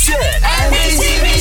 选 MVCP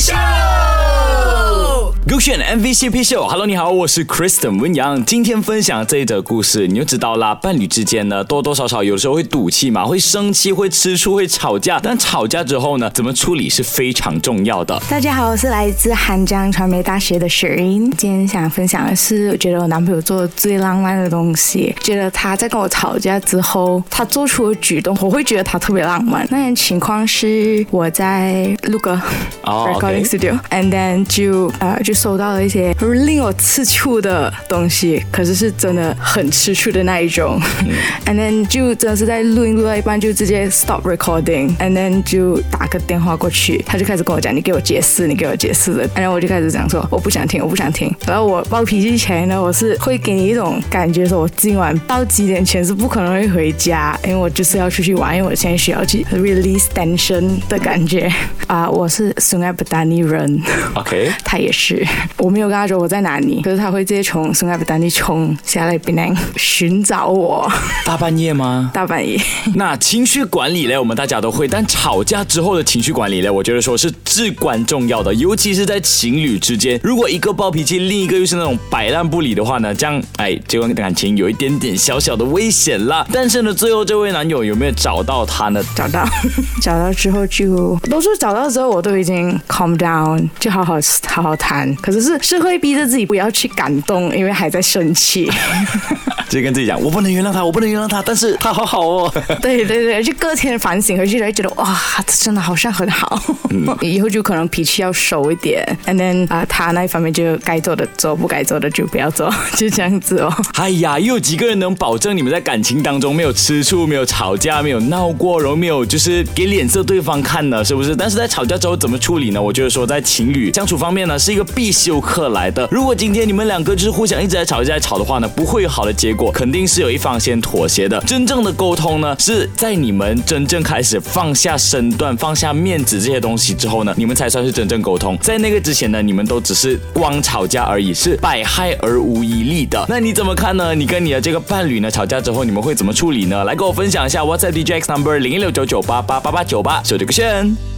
Show， 勾选 MVCP Show。Hello， 你好，我是 Kristen 文扬。今天分享这一则故事，你就知道啦。伴侣之间呢，多多少少有时候会赌气嘛，会生气，会吃醋，会吵架。但吵架之后呢，怎么处理是非常重要的。 大家好，我是来自汉江传媒大学的 Sherin。今天想分享的是，我觉得我男朋友做的最浪漫的东西。觉得他在跟我吵架之后，他做出的举动，我会觉得他特别浪漫。那天情况是我在录个 recording studio，and then 就收到了一些令我吃醋的东西，可是是真的很吃醋的那一种。and then 就真的是在录音录到一半就直接 stop recording，and then 就打个电话过去，他就开始跟我讲，你给我解释，你给我解释的。然后我就开始讲说，我不想听，我不想听。然后我暴脾气起来呢，我是会给你一种感觉说，我今晚到几点前是不可能会回家，因为我就是要出去玩，因为我现在需要去 release tension 的感觉。我是 Sungai Petani 人 ，OK， 他也是。我没有跟他说我在哪里，可是他会直接从 Sungai Petani 冲下来Penang寻找我。 大半夜吗？ 大半夜。 那情绪管理呢，我们大家都会，但吵架之后的情绪管理呢，我觉得说是至关重要的，尤其是在情侣之间，如果一个暴脾气，另一个又是那种摆烂不理的话呢，这样这段感情有一点点小小的危险啦。但是呢，最后这位男友有没有找到他呢？ 找到之后就都是找到之后，我都已经 calm down， 就好好谈。可是会逼着自己不要去感动，因为还在生气。 就跟自己讲，我不能原谅他，我不能原谅他，但是他好好哦。 对，就隔天反省回去才觉得，哇，他真的好像很好。以后就可能脾气要收一点 ，and then 他那一方面就该做的做，不该做的就不要做，就这样子哦。 哎呀，又有几个人能保证你们在感情当中没有吃醋、没有吵架、没有闹过，然后没有就是给脸色对方看呢？是不是？但是在吵架之后怎么处理呢？我觉得说在情侣相处方面呢，是一个必修课来的。如果今天你们两个就是互相一直在吵，一直在吵的话呢，不会有好的结果，肯定是有一方先妥协的。真正的沟通呢，是在你们真正开始放下身段、放下面子这些东西之后呢，你们才算是真正沟通。在那个之前呢，你们都只是光吵架而已，是百害而无一利的。那你怎么看呢？你跟你的这个伴侣呢吵架之后，你们会怎么处理呢？来跟我分享一下 WhatsApp DJX number 016998888898，手这个圈。